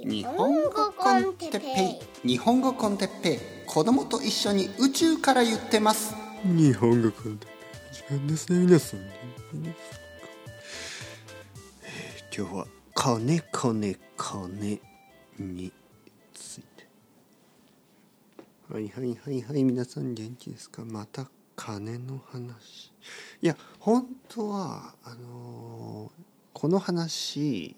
日本語コンテッペイ、日本語コンテッペイ、子供と一緒に宇宙から言ってます。 日本語コンテッペイ、時間ですね皆さん。今日は金について。はい皆さん元気ですか？また金の話。いや本当はこの話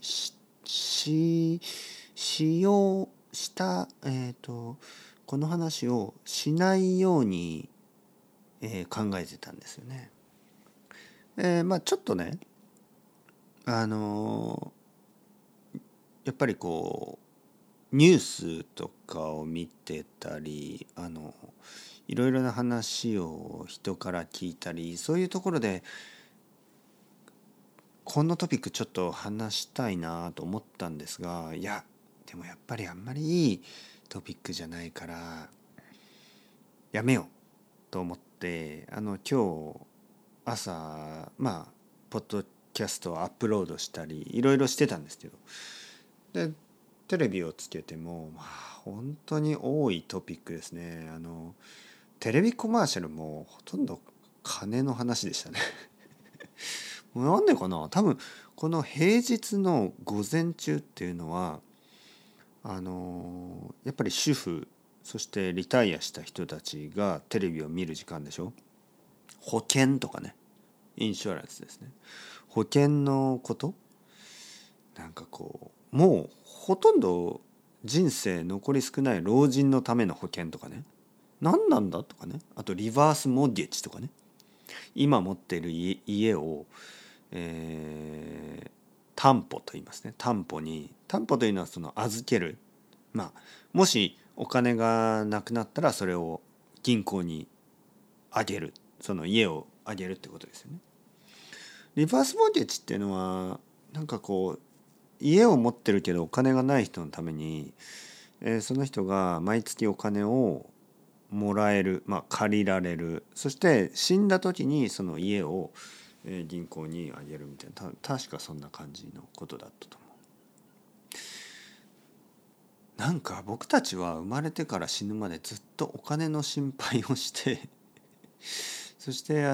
この話をしないように、考えてたんですよね。ちょっとねやっぱりこうニュースとかを見てたりいろいろな話を人から聞いたり、そういうところでこのトピックちょっと話したいなと思ったんですが、いやでもやっぱりあんまりいいトピックじゃないからやめようと思って、今日朝ポッドキャストをアップロードしたりいろいろしてたんですけど、でテレビをつけても本当に多いトピックですね。テレビコマーシャルもほとんど金の話でしたねなんでかな。多分この平日の午前中っていうのはやっぱり主婦、そしてリタイアした人たちがテレビを見る時間でしょ。保険とかね、インシュアランスですね。保険のことなんかこうもうほとんど人生残り少ない老人のための保険とかね、何なんだとかね、あとリバースモーゲッジとかね、今持っている家を担保と言いますね。担保というのはその預ける、もしお金がなくなったらそれを銀行にあげる、その家をあげるってことですよね。リバースモーゲッジっていうのはなんかこう家を持ってるけどお金がない人のために、その人が毎月お金をもらえる、借りられる、そして死んだ時にその家を銀行にあげるみたいな、確かそんな感じのことだったと思う。なんか僕たちは生まれてから死ぬまでずっとお金の心配をしてそして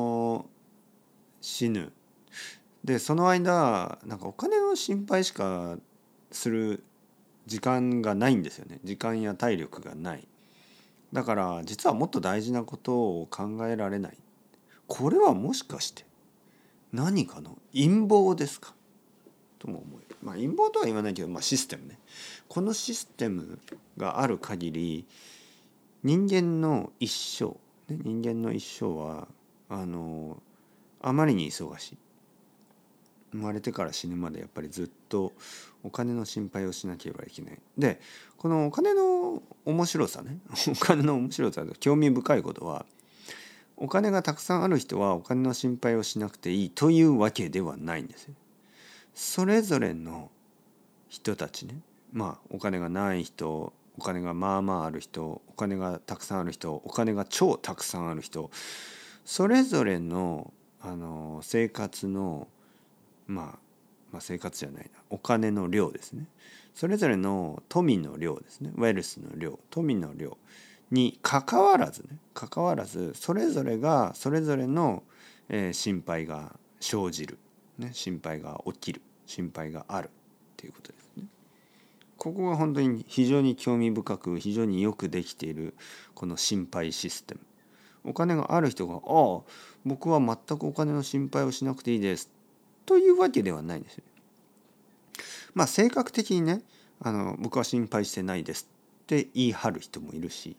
死ぬ。でその間なんかお金の心配しかする時間がないんですよね。時間や体力がない。だから実はもっと大事なことを考えられない。これはもしかして何かの陰謀ですかとも思える。陰謀とは言わないけど、システムね。このシステムがある限り人間の一生はあまりに忙しい。生まれてから死ぬまでやっぱりずっとお金の心配をしなければいけない。でこのお金の面白さねお金の面白さと興味深いことは、お金がたくさんある人はお金の心配をしなくていいというわけではないんですよ。それぞれの人たちね、お金がない人、お金がある人、お金がたくさんある人、お金が超たくさんある人、それぞれの生活の生活じゃないな、お金の量ですね。それぞれの富の量ですね。ウェルスの量、富の量に関わらずそれぞれがそれぞれの、心配が生じる、心配が起きる、心配があるっていうことですね。ここが本当に非常に興味深く非常によくできているこの心配システム。お金がある人が僕は全くお金の心配をしなくていいですというわけではないんですよ。性格的にね僕は心配してないですって言い張る人もいるし、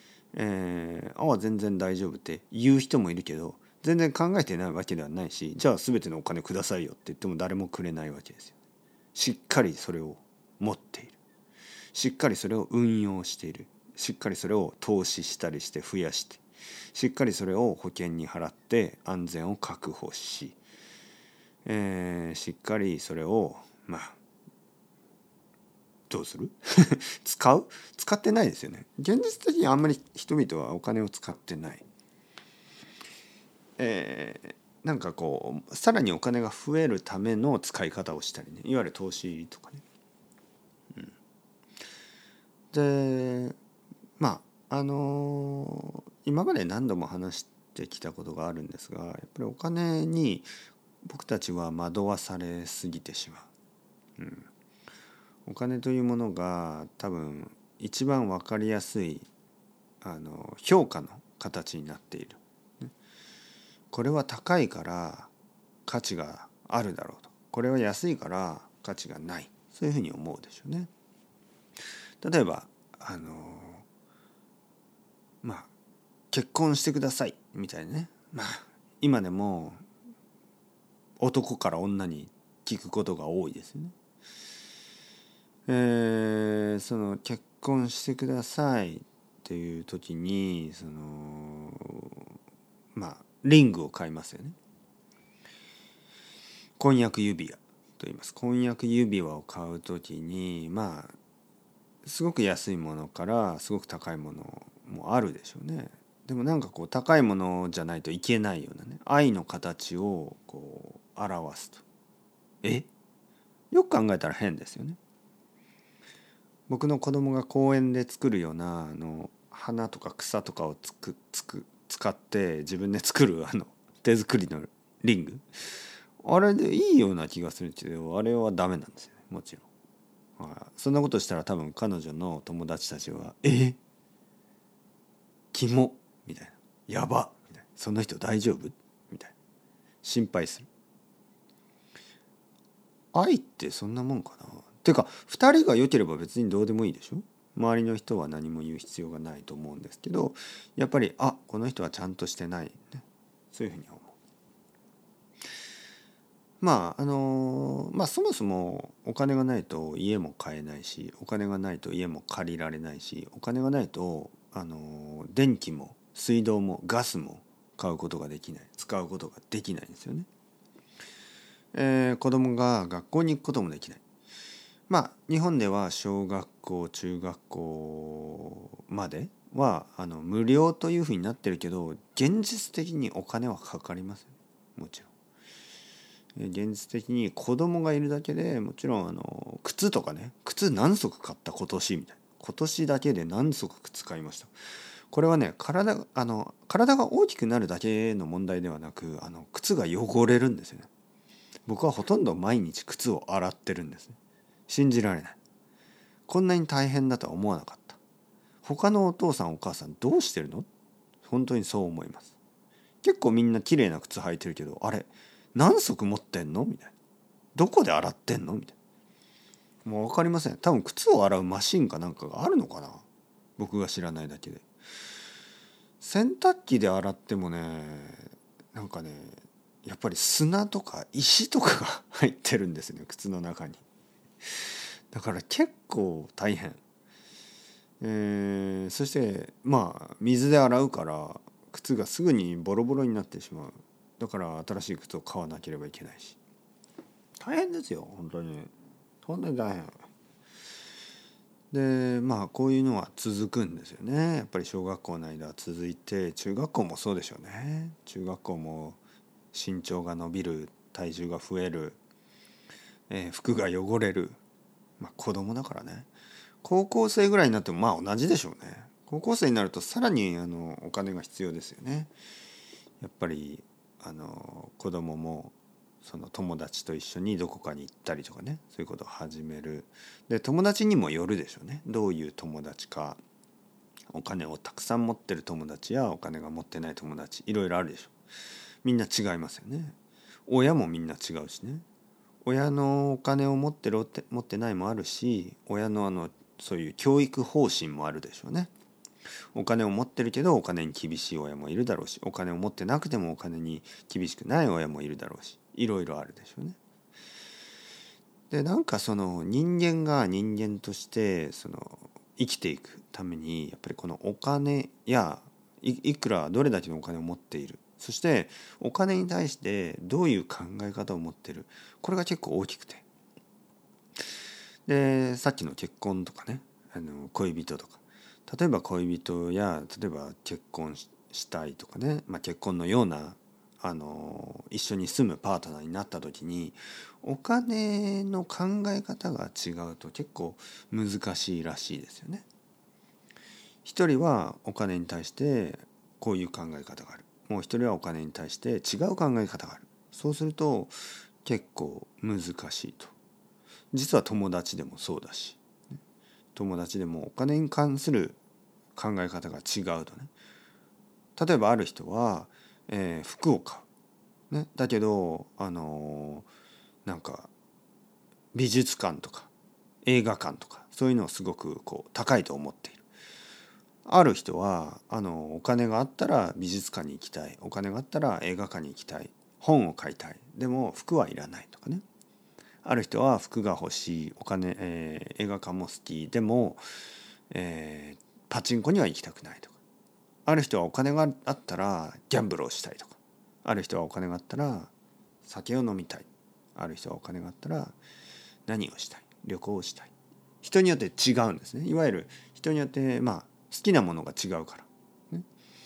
全然大丈夫って言う人もいるけど、全然考えてないわけではないし、じゃあ全てのお金くださいよって言っても誰もくれないわけですよ。しっかりそれを持っている、しっかりそれを運用している、しっかりそれを投資したりして増やして、しっかりそれを保険に払って安全を確保し、しっかりそれをどうする使ってないですよね。現実的にあんまり人々はお金を使ってない。なんかこうさらにお金が増えるための使い方をしたりね、いわゆる投資とかね、 で今まで何度も話してきたことがあるんですが、やっぱりお金に僕たちは惑わされすぎてしまう、お金というものが多分一番分かりやすい評価の形になっている。これは高いから価値があるだろうと、これは安いから価値がない、そういうふうに思うでしょうね。例えば結婚してくださいみたいなね、今でも男から女に聞くことが多いですよね。その結婚してくださいっていう時にリングを買いますよね。婚約指輪と言います。婚約指輪を買う時にすごく安いものからすごく高いものもあるでしょうね。でも高いものじゃないといけないようなね、愛の形を表すと、よく考えたら変ですよね。僕の子供が公園で作るような花とか草とかを使って自分で作る手作りのリング、あれでいいような気がするけど、あれはダメなんですよね、もちろん。そんなことしたら多分彼女の友達たちはキモみたいな、やばみたいな、その人大丈夫みたいな、心配する。愛ってそんなもんかな。てか2人が良ければ別にどうでもいいでしょ。周りの人は何も言う必要がないと思うんですけど、やっぱりこの人はちゃんとしてない、ね、そういうふうに思う。そもそもお金がないと家も買えないし、お金がないと家も借りられないし、お金がないと電気も水道もガスも買うことができない、使うことができないんですよね。子供が学校に行くこともできない。日本では小学校中学校までは無料というふうになってるけど、現実的にお金はかかりますよね、もちろん。現実的に子供がいるだけでもちろん靴とかね、靴何足買った今年みたいな、今年だけで何足靴買いました。これはね、体が大きくなるだけの問題ではなく、靴が汚れるんですよね。僕はほとんど毎日靴を洗ってるんですね。信じられない。こんなに大変だとは思わなかった。他のお父さんお母さんどうしてるの？本当にそう思います。結構みんな綺麗な靴履いてるけど、あれ何足持ってんのみたいな。どこで洗ってんのみたいな。もう分かりません。多分靴を洗うマシンかなんかがあるのかな、僕が知らないだけで。洗濯機で洗ってもね、やっぱり砂とか石とかが入ってるんですね、靴の中に。だから結構大変。そして水で洗うから靴がすぐにボロボロになってしまう。だから新しい靴を買わなければいけないし、大変ですよ、本当に大変で、こういうのは続くんですよね。やっぱり小学校の間続いて、中学校もそうでしょうね。中学校も身長が伸びる、体重が増える、服が汚れる。子供だからね。高校生ぐらいになっても同じでしょうね。高校生になるとさらにお金が必要ですよね。やっぱり子供もその友達と一緒にどこかに行ったりとかね、そういうことを始める。で、友達にもよるでしょうね。どういう友達か。お金をたくさん持ってる友達やお金が持ってない友達、いろいろあるでしょう。みんな違いますよね。親もみんな違うしね。親のお金を持ってる持ってないもあるし、親のそういう教育方針もあるでしょうね。お金を持ってるけどお金に厳しい親もいるだろうし、お金を持ってなくてもお金に厳しくない親もいるだろうし、いろいろあるでしょうね。で、その人間が人間として生きていくために、やっぱりこのお金やいくらどれだけのお金を持っている、そしてお金に対してどういう考え方を持っている、これが結構大きくて、でさっきの結婚とかね、恋人とか、例えば恋人や例えば結婚したいとかね、結婚のような一緒に住むパートナーになった時に、お金の考え方が違うと結構難しいらしいですよね。 一人はお金に対してこういう考え方がある、もう一人はお金に対して違う考え方がある。そうすると結構難しいと。実は友達でもそうだし、友達でもお金に関する考え方が違うとね、例えばある人は、服を買う、ね、だけどなんか美術館とか映画館とかそういうのをすごくこう高いと思っている。ある人はお金があったら美術館に行きたい、お金があったら映画館に行きたい、本を買いたい、でも服はいらないとかね。ある人は服が欲しい、お金、映画館も好き、でも、パチンコには行きたくないとか。ある人はお金があったらギャンブルをしたいとか。ある人はお金があったら酒を飲みたい。ある人はお金があったら何をしたい、旅行をしたい。人によって違うんですね。いわゆる人によって好きなものが違うから、ね、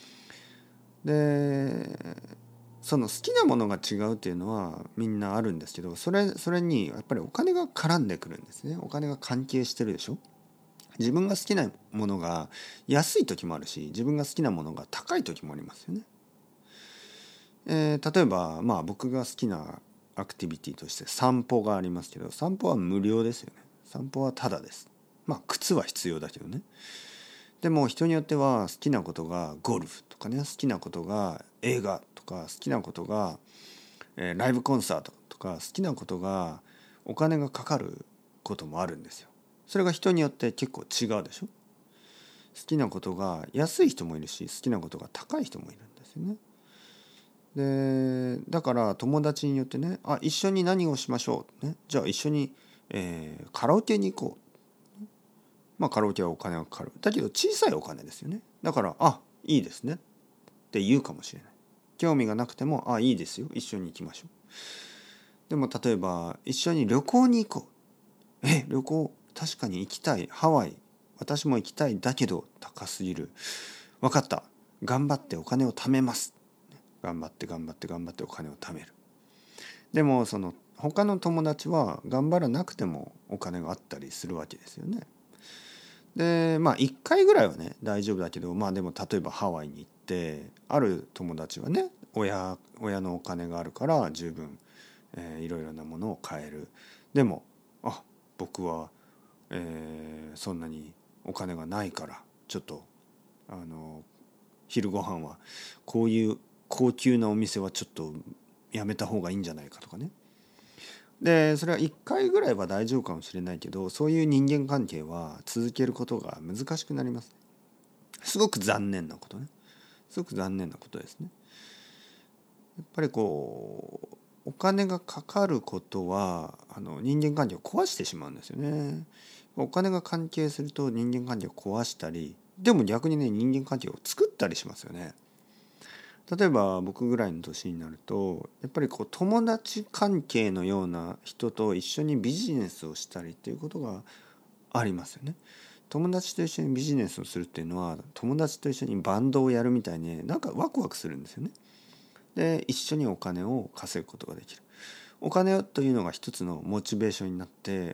でその好きなものが違うっていうのはみんなあるんですけど、それにやっぱりお金が絡んでくるんですね。お金が関係してるでしょ。自分が好きなものが安い時もあるし、自分が好きなものが高い時もありますよね。例えば僕が好きなアクティビティとして散歩がありますけど、散歩は無料ですよね。散歩はタダです。靴は必要だけどね。でも人によっては好きなことがゴルフとかね、好きなことが映画とか、好きなことが、ライブコンサートとか、好きなことがお金がかかることもあるんですよ。それが人によって結構違うでしょ。好きなことが安い人もいるし、好きなことが高い人もいるんですよね。でだから友達によってね、一緒に何をしましょう、ね、じゃあ一緒に、カラオケに行こう。カラオケはお金がかかる。だけど小さいお金ですよね。だからいいですねって言うかもしれない。興味がなくてもいいですよ、一緒に行きましょう。でも例えば一緒に旅行に行こう。旅行確かに行きたい、ハワイ私も行きたい、だけど高すぎる。分かった、頑張ってお金を貯めます。頑張ってお金を貯める。でもその他の友達は頑張らなくてもお金があったりするわけですよね。で1回ぐらいはね大丈夫だけど、でも例えばハワイに行ってある友達はね、親のお金があるから十分、いろいろなものを買える。でも僕は、そんなにお金がないからちょっと昼ご飯はこういう高級なお店はちょっとやめた方がいいんじゃないかとかね。でそれは1回ぐらいは大丈夫かもしれないけど、そういう人間関係は続けることが難しくなります。すごく残念なことね。すごく残念なことですね。やっぱりこうお金がかかることは人間関係を壊してしまうんですよね。お金が関係すると人間関係を壊したり、でも逆にね人間関係を作ったりしますよね。例えば僕ぐらいの年になるとやっぱりこう友達関係のような人と一緒にビジネスをしたりっていうことがありますよね。友達と一緒にビジネスをするっていうのは友達と一緒にバンドをやるみたいになんかワクワクするんですよね。で一緒にお金を稼ぐことができる。お金というのが一つのモチベーションになって、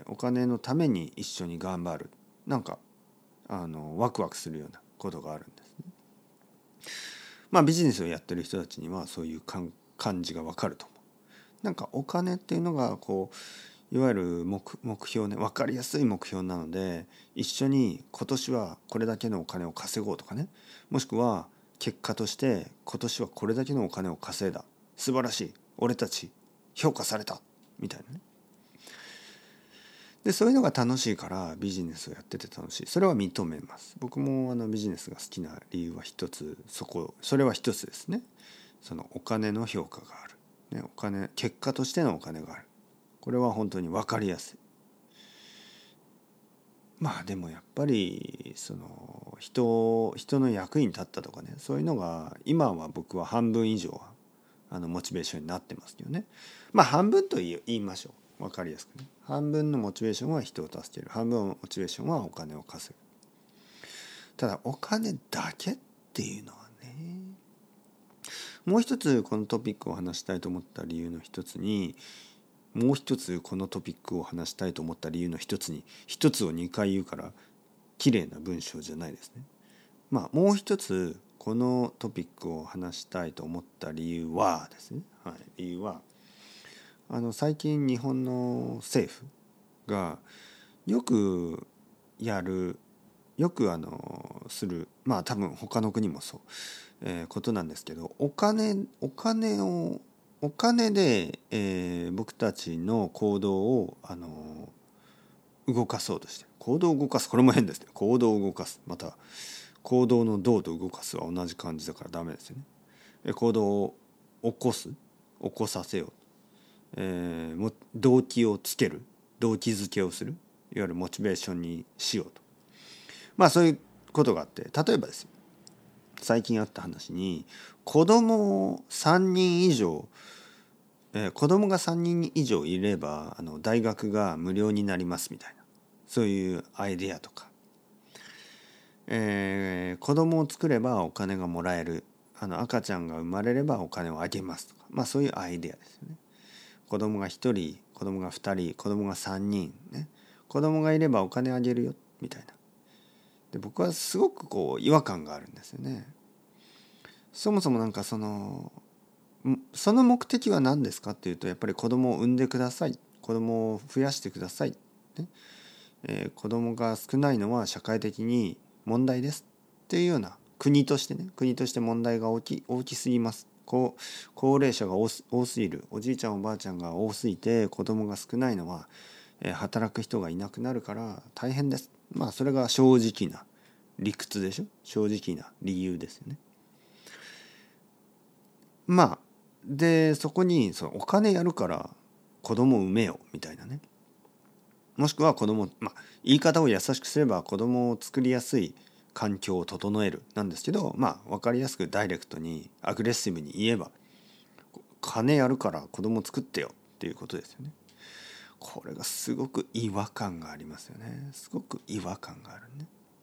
お金のために一緒に頑張る、なんかワクワクするようなことがあるんですね。ビジネスをやってる人たちにはそういう感じがわかると思う。なんかお金っていうのがこういわゆる目標ね、分かりやすい目標なので、一緒に今年はこれだけのお金を稼ごうとかね、もしくは結果として今年はこれだけのお金を稼いだ、素晴らしい、俺たち評価されたみたいなね。でそういうのが楽しいからビジネスをやってて楽しい。それは認めます。僕もビジネスが好きな理由は一つ、それは一つですね。そのお金の評価がある、ね、お金、結果としてのお金がある。これは本当に分かりやすい。でもやっぱりその人の役に立ったとかね、そういうのが今は僕は半分以上はモチベーションになってますけどね。半分と言いましょう、分かりやすくね。半分のモチベーションは人を助ける、半分のモチベーションはお金を稼ぐ。ただお金だけっていうのはね、もう一つこのトピックを話したいと思った理由の一つに、もう一つこのトピックを話したいと思った理由の一つに、一つを2回言うから綺麗な文章じゃないですね。 もう一つこのトピックを話したいと思った理由はですね、理由は最近日本の政府がよくやるよくする多分他の国もそう、ことなんですけど、お金で、僕たちの行動を動かそうとしてる。行動を動かす、これも変ですね。行動を動かす、また行動の動と動かすは同じ感じだからダメですよね。行動を起こさせよう、動機をつける、動機づけをする、いわゆるモチベーションにしようと、そういうことがあって、例えばですよ、最近あった話に子供3人以上、子供が3人以上いれば大学が無料になりますみたいな、そういうアイデアとか、子供を作ればお金がもらえる、赤ちゃんが生まれればお金をあげますとか、そういうアイデアですよね。子供が1人、子供が2人、子供が3人ね、子供がいればお金あげるよみたいな。で、僕はすごく違和感があるんですよね。そもそもその目的は何ですかっていうと、やっぱり子供を産んでください、子供を増やしてください、ね、子供が少ないのは社会的に問題ですっていうような、国として問題が大きすぎます、高齢者が多すぎる、おじいちゃんおばあちゃんが多すぎて子供が少ないのは、働く人がいなくなるから大変です、それが正直な理屈でしょ、正直な理由ですよね。でそこにお金やるから子供を産めよみたいなね、もしくは言い方を優しくすれば子供を作りやすい環境を整えるなんですけど、分かりやすくダイレクトにアグレッシブに言えば、金やるから子供作ってよっていうことですよね。これがすごく違和感がありますよね。すごく違和感があるね。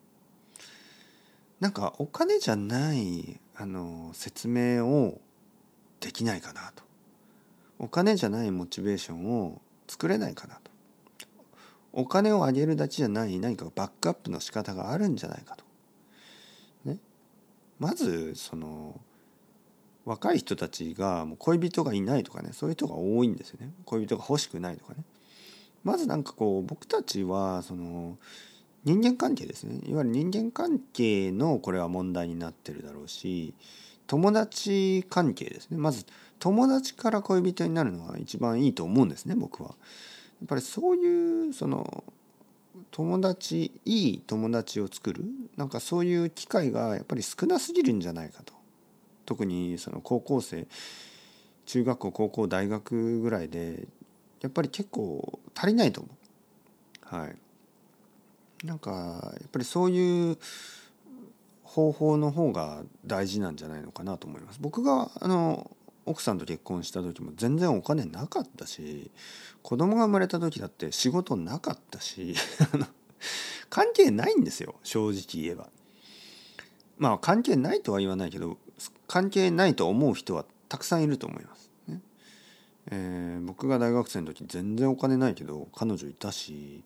お金じゃない説明をできないかなと。お金じゃないモチベーションを作れないかなと。お金をあげるだけじゃない何かバックアップの仕方があるんじゃないかと。ね。まず若い人たちがもう恋人がいないとかね、そういう人が多いんですよね。恋人が欲しくないとかね。まず僕たちは人間関係ですね。いわゆる人間関係のこれは問題になってるだろうし、友達関係ですね。まず友達から恋人になるのが一番いいと思うんですね、僕は。やっぱりそういういい友達を作るそういう機会がやっぱり少なすぎるんじゃないかと。特に高校生、中学校、高校、大学ぐらいでやっぱり結構足りないと思う。はい。やっぱりそういう方法の方が大事なんじゃないのかなと思います。僕が奥さんと結婚した時も全然お金なかったし、子供が生まれた時だって仕事なかったし関係ないんですよ、正直言えば。関係ないとは言わないけど、関係ないと思う人はたくさんいると思いますね。僕が大学生の時全然お金ないけど彼女いたし、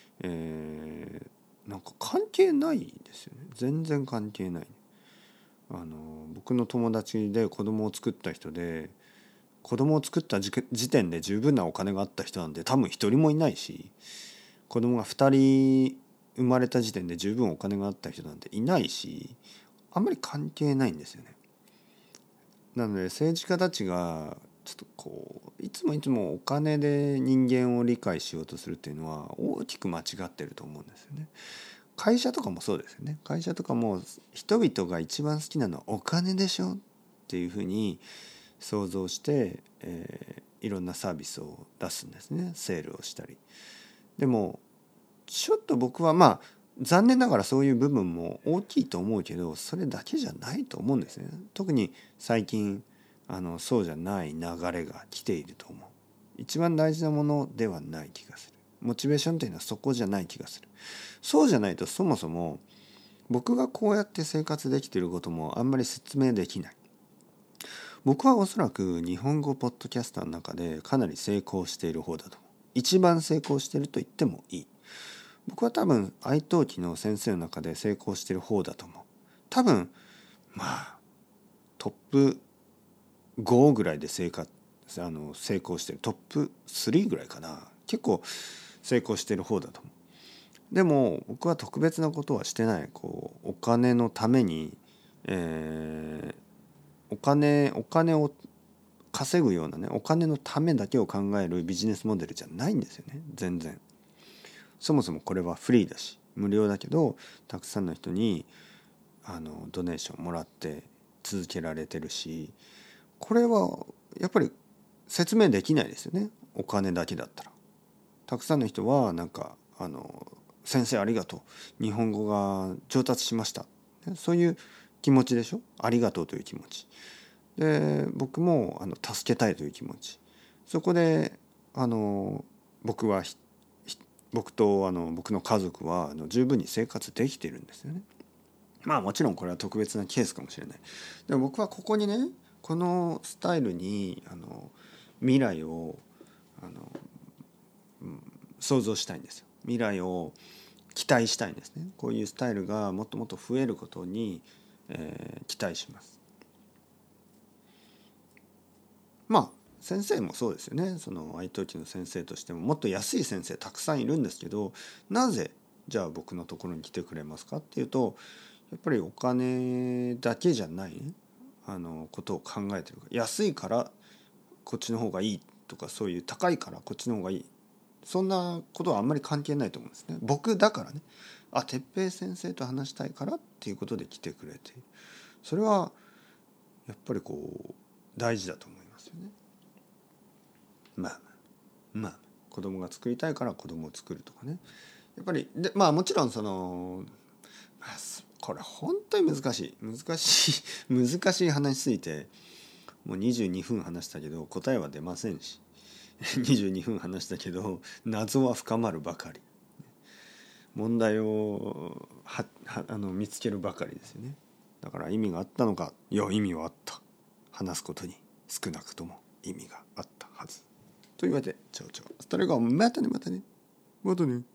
関係ないですよね。全然関係ない。僕の友達で子供を作った人で、子供を作った時点で十分なお金があった人なんて多分一人もいないし、子供が2人生まれた時点で十分お金があった人なんていないし、あんまり関係ないんですよね。なので政治家たちがちょっといつもお金で人間を理解しようとするっていうのは大きく間違ってると思うんですよね。会社とかもそうですよね。会社とかも人々が一番好きなのはお金でしょっていうふうに想像して、いろんなサービスを出すんですね。セールをしたり。でもちょっと僕は残念ながらそういう部分も大きいと思うけど、それだけじゃないと思うんですね。特に最近そうじゃない流れが来ていると思う。一番大事なものではない気がする。モチベーションというのはそこじゃない気がする。そうじゃないとそもそも僕がこうやって生活できていることもあんまり説明できない。僕はおそらく日本語ポッドキャスターの中でかなり成功している方だと思う。一番成功していると言ってもいい。僕は多分愛登記の先生の中で成功している方だと思う。 多分トップ5ぐらいで成功してる、トップ3ぐらいかな、結構成功してる方だと思う。でも僕は特別なことはしてない。お金のために、お金を稼ぐようなね、お金のためだけを考えるビジネスモデルじゃないんですよね、全然。そもそもこれはフリーだし無料だけど、たくさんの人にドネーションもらって続けられてるし、これはやっぱり説明できないですよね、お金だけだったら。たくさんの人は先生ありがとう、日本語が上達しました、そういう気持ちでしょ。ありがとうという気持ちで、僕も助けたいという気持ち、そこで僕と僕の家族は十分に生活できているんですよね。もちろんこれは特別なケースかもしれない。でも僕はここにね、このスタイルに未来を想像したいんですよ。未来を期待したいんですね。こういうスタイルがもっともっと増えることに、期待します。先生もそうですよね。その愛登記の先生としてももっと安い先生たくさんいるんですけど、なぜじゃあ僕のところに来てくれますかっていうと、やっぱりお金だけじゃない、ね、ことを考えてる。安いからこっちの方がいいとか、そういう高いからこっちの方がいい、そんなことはあんまり関係ないと思うんですね。僕だからね、哲平先生と話したいからっていうことで来てくれている。それはやっぱり大事だと思いますよね。子供が作りたいから子供を作るとかね、やっぱりでもちろんこれ本当に難しい話すぎて、もう22分話したけど答えは出ませんし22分話したけど謎は深まるばかり、問題を見つけるばかりですよね。だから意味があったのか、いや意味はあった、話すことに少なくとも意味があったはずと言われて、チャオチャオ、それがまたね。